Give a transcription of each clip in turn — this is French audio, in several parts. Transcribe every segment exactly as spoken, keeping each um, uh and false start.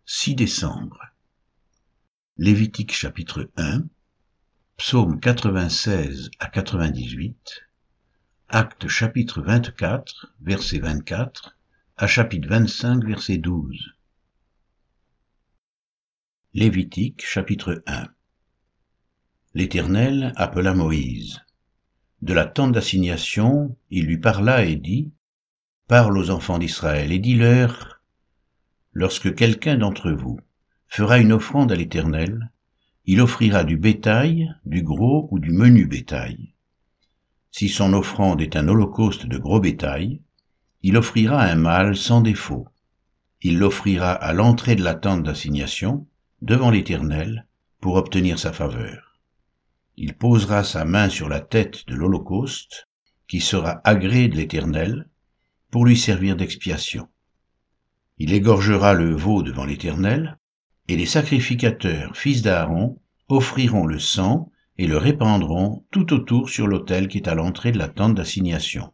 six décembre. Lévitique chapitre un, Psaume quatre-vingt-seize à quatre-vingt-dix-huit, Actes chapitre vingt-quatre, verset vingt-quatre, à chapitre vingt-cinq, verset douze. Lévitique chapitre un. L'Éternel appela Moïse. De la tente d'assignation, il lui parla et dit, « Parle aux enfants d'Israël et dis-leur, lorsque quelqu'un d'entre vous fera une offrande à l'Éternel, il offrira du bétail, du gros ou du menu bétail. Si son offrande est un holocauste de gros bétail, il offrira un mâle sans défaut. Il l'offrira à l'entrée de la tente d'assignation, devant l'Éternel, pour obtenir sa faveur. Il posera sa main sur la tête de l'holocauste, qui sera agréé de l'Éternel, pour lui servir d'expiation. Il égorgera le veau devant l'Éternel, et les sacrificateurs, fils d'Aaron, offriront le sang et le répandront tout autour sur l'autel qui est à l'entrée de la tente d'assignation.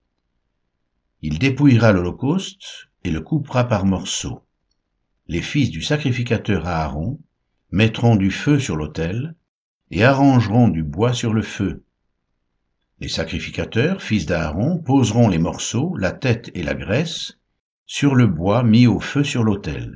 Il dépouillera l'holocauste et le coupera par morceaux. Les fils du sacrificateur Aaron mettront du feu sur l'autel et arrangeront du bois sur le feu. Les sacrificateurs, fils d'Aaron, poseront les morceaux, la tête et la graisse, sur le bois mis au feu sur l'autel.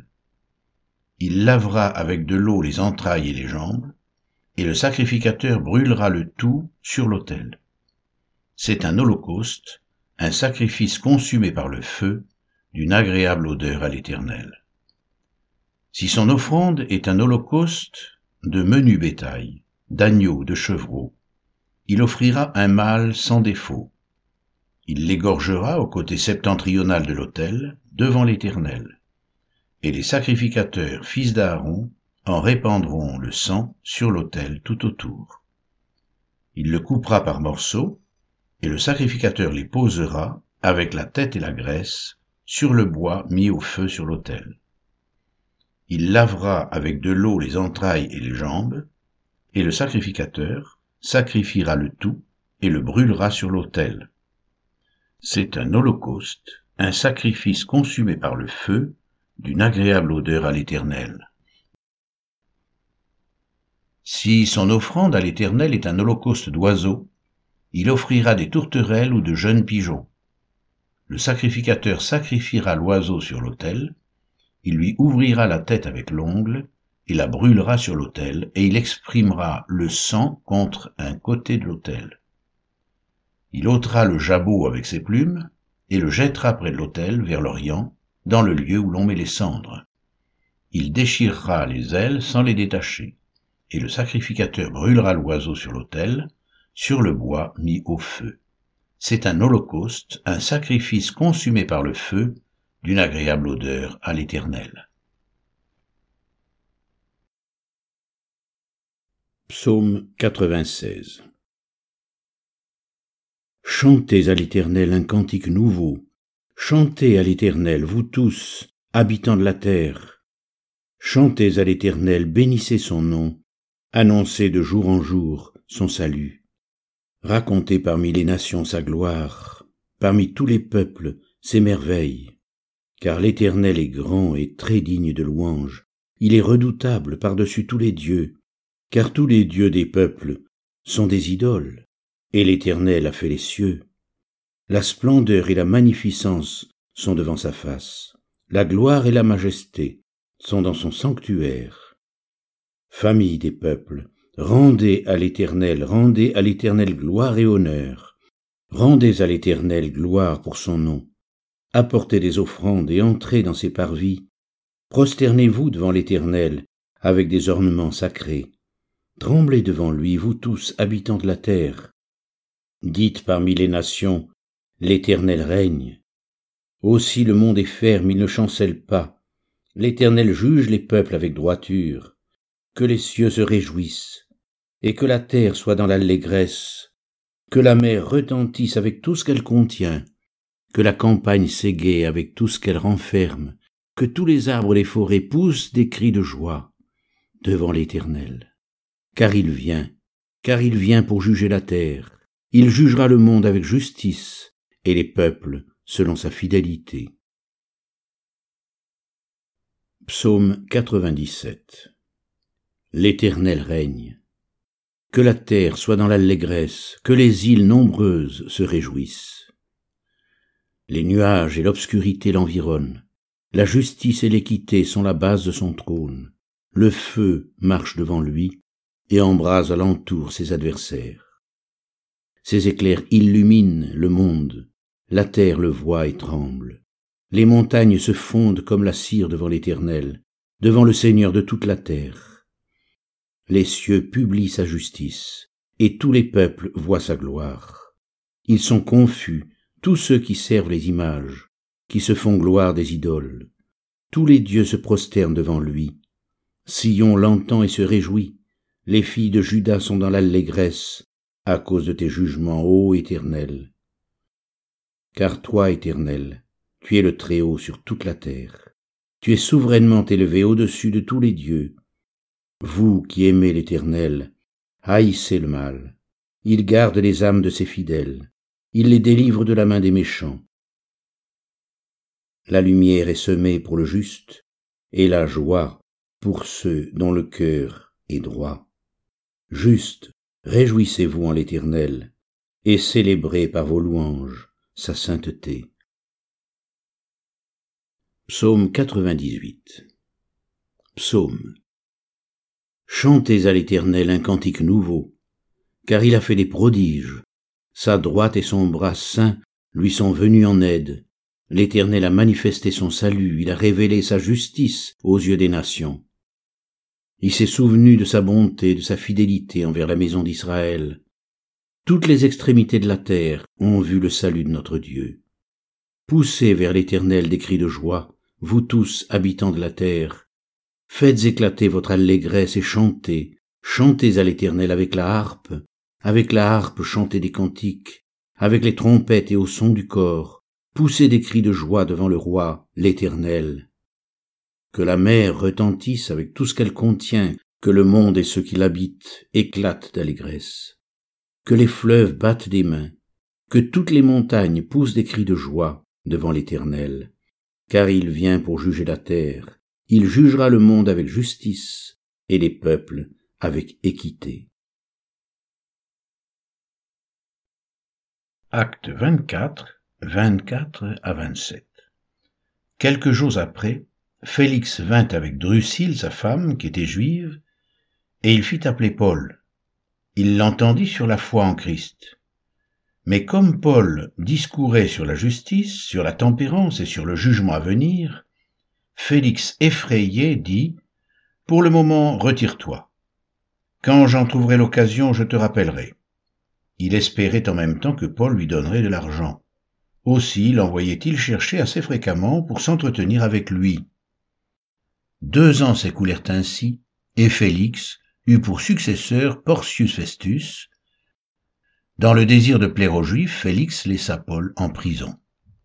Il lavera avec de l'eau les entrailles et les jambes, et le sacrificateur brûlera le tout sur l'autel. C'est un holocauste, un sacrifice consumé par le feu, d'une agréable odeur à l'Éternel. Si son offrande est un holocauste de menu bétail, d'agneaux, de chevreaux, il offrira un mâle sans défaut. Il l'égorgera au côté septentrional de l'autel, devant l'Éternel. Et les sacrificateurs, fils d'Aaron, en répandront le sang sur l'autel tout autour. Il le coupera par morceaux, et le sacrificateur les posera, avec la tête et la graisse, sur le bois mis au feu sur l'autel. Il lavera avec de l'eau les entrailles et les jambes, et le sacrificateur sacrifiera le tout et le brûlera sur l'autel. C'est un holocauste, un sacrifice consumé par le feu, d'une agréable odeur à l'Éternel. Si son offrande à l'Éternel est un holocauste d'oiseaux, il offrira des tourterelles ou de jeunes pigeons. Le sacrificateur sacrifiera l'oiseau sur l'autel, il lui ouvrira la tête avec l'ongle, et la brûlera sur l'autel, et il exprimera le sang contre un côté de l'autel. Il ôtera le jabot avec ses plumes, et le jettera près de l'autel, vers l'orient, dans le lieu où l'on met les cendres. Il déchirera les ailes sans les détacher, et le sacrificateur brûlera l'oiseau sur l'autel, sur le bois mis au feu. C'est un holocauste, un sacrifice consumé par le feu, d'une agréable odeur à l'Éternel. Psaume quatre-vingt-seize. Chantez à l'Éternel un cantique nouveau. Chantez à l'Éternel, vous tous, habitants de la terre. Chantez à l'Éternel, bénissez son nom. Annoncez de jour en jour son salut. Racontez parmi les nations sa gloire, parmi tous les peuples ses merveilles. Car l'Éternel est grand et très digne de louange. Il est redoutable par-dessus tous les dieux. Car tous les dieux des peuples sont des idoles, et l'Éternel a fait les cieux. La splendeur et la magnificence sont devant sa face. La gloire et la majesté sont dans son sanctuaire. Famille des peuples, rendez à l'Éternel, rendez à l'Éternel gloire et honneur. Rendez à l'Éternel gloire pour son nom. Apportez des offrandes et entrez dans ses parvis. Prosternez-vous devant l'Éternel avec des ornements sacrés. Tremblez devant lui, vous tous, habitants de la terre. Dites parmi les nations, l'Éternel règne. Aussi le monde est ferme, il ne chancelle pas. L'Éternel juge les peuples avec droiture. Que les cieux se réjouissent, et que la terre soit dans l'allégresse. Que la mer retentisse avec tout ce qu'elle contient. Que la campagne s'égaie avec tout ce qu'elle renferme. Que tous les arbres des forêts poussent des cris de joie devant l'Éternel. Car il vient, car il vient pour juger la terre. Il jugera le monde avec justice, et les peuples selon sa fidélité. Psaume quatre-vingt-dix-sept. L'Éternel règne. Que la terre soit dans l'allégresse, que les îles nombreuses se réjouissent. Les nuages et l'obscurité l'environnent. La justice et l'équité sont la base de son trône. Le feu marche devant lui et embrase alentour ses adversaires. Ses éclairs illuminent le monde. La terre le voit et tremble. Les montagnes se fondent comme la cire devant l'Éternel, devant le Seigneur de toute la terre. Les cieux publient sa justice, et tous les peuples voient sa gloire. Ils sont confus, tous ceux qui servent les images, qui se font gloire des idoles. Tous les dieux se prosternent devant lui. Sion l'entend et se réjouit. Les filles de Juda sont dans l'allégresse, à cause de tes jugements, ô Éternel. Car toi, Éternel, tu es le Très-Haut sur toute la terre. Tu es souverainement élevé au-dessus de tous les dieux. Vous qui aimez l'Éternel, haïssez le mal. Il garde les âmes de ses fidèles. Il les délivre de la main des méchants. La lumière est semée pour le juste, et la joie pour ceux dont le cœur est droit. Juste, réjouissez-vous en l'Éternel, et célébrez par vos louanges sa sainteté. Psaume quatre-vingt-dix-huit. Psaume. Chantez à l'Éternel un cantique nouveau, car il a fait des prodiges. Sa droite et son bras saint lui sont venus en aide. L'Éternel a manifesté son salut, il a révélé sa justice aux yeux des nations. Il s'est souvenu de sa bonté, de sa fidélité envers la maison d'Israël. Toutes les extrémités de la terre ont vu le salut de notre Dieu. Poussez vers l'Éternel des cris de joie, vous tous, habitants de la terre. Faites éclater votre allégresse et chantez, chantez à l'Éternel avec la harpe, avec la harpe chantez des cantiques, avec les trompettes et au son du cor, poussez des cris de joie devant le roi, l'Éternel. Que la mer retentisse avec tout ce qu'elle contient, que le monde et ceux qui l'habitent éclatent d'allégresse. Que les fleuves battent des mains, que toutes les montagnes poussent des cris de joie devant l'Éternel, car il vient pour juger la terre, il jugera le monde avec justice et les peuples avec équité. Actes vingt-quatre, vingt-quatre à vingt-sept. Quelques jours après, Félix vint avec Drusille, sa femme, qui était juive, et il fit appeler Paul. Il l'entendit sur la foi en Christ. Mais comme Paul discourait sur la justice, sur la tempérance et sur le jugement à venir, Félix effrayé dit « Pour le moment, retire-toi. Quand j'en trouverai l'occasion, je te rappellerai. » Il espérait en même temps que Paul lui donnerait de l'argent. Aussi l'envoyait-il chercher assez fréquemment pour s'entretenir avec lui. Deux ans s'écoulèrent ainsi, et Félix eut pour successeur Porcius Festus. Dans le désir de plaire aux Juifs, Félix laissa Paul en prison.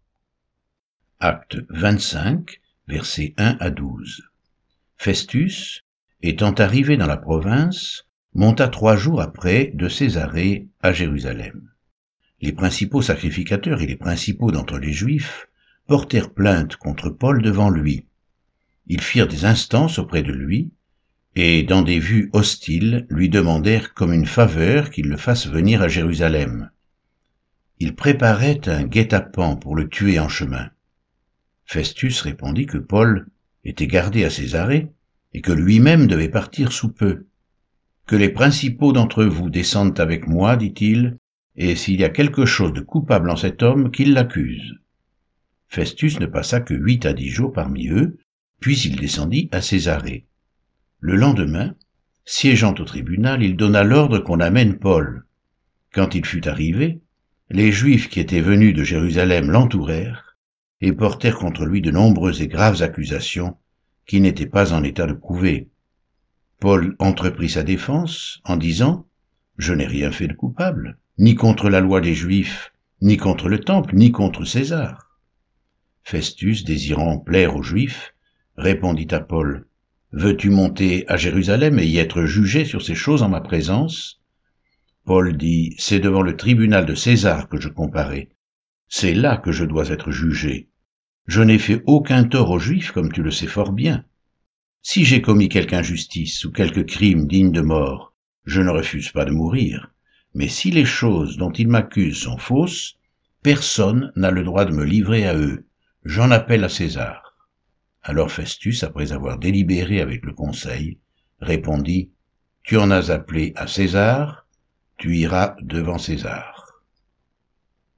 Acte vingt-cinq, versets un à douze. Festus, étant arrivé dans la province, monta trois jours après de Césarée à Jérusalem. Les principaux sacrificateurs et les principaux d'entre les Juifs portèrent plainte contre Paul devant lui. Ils firent des instances auprès de lui, et dans des vues hostiles lui demandèrent comme une faveur qu'il le fasse venir à Jérusalem. Ils préparaient un guet-apens pour le tuer en chemin. Festus répondit que Paul était gardé à Césarée et que lui-même devait partir sous peu. Que les principaux d'entre vous descendent avec moi, dit-il, et s'il y a quelque chose de coupable en cet homme, qu'il l'accuse. Festus ne passa que huit à dix jours parmi eux, puis il descendit à Césarée. Le lendemain, siégeant au tribunal, il donna l'ordre qu'on amène Paul. Quand il fut arrivé, les Juifs qui étaient venus de Jérusalem l'entourèrent et portèrent contre lui de nombreuses et graves accusations qu'il n'était pas en état de prouver. Paul entreprit sa défense en disant « Je n'ai rien fait de coupable, ni contre la loi des Juifs, ni contre le temple, ni contre César. » Festus, désirant plaire aux Juifs, répondit à Paul « Veux-tu monter à Jérusalem et y être jugé sur ces choses en ma présence ?» Paul dit « C'est devant le tribunal de César que je comparais. C'est là que je dois être jugé. Je n'ai fait aucun tort aux Juifs, comme tu le sais fort bien. Si j'ai commis quelque injustice ou quelque crime digne de mort, je ne refuse pas de mourir, mais si les choses dont ils m'accusent sont fausses, personne n'a le droit de me livrer à eux. J'en appelle à César. » Alors Festus, après avoir délibéré avec le conseil, répondit : « Tu en as appelé à César, tu iras devant César. »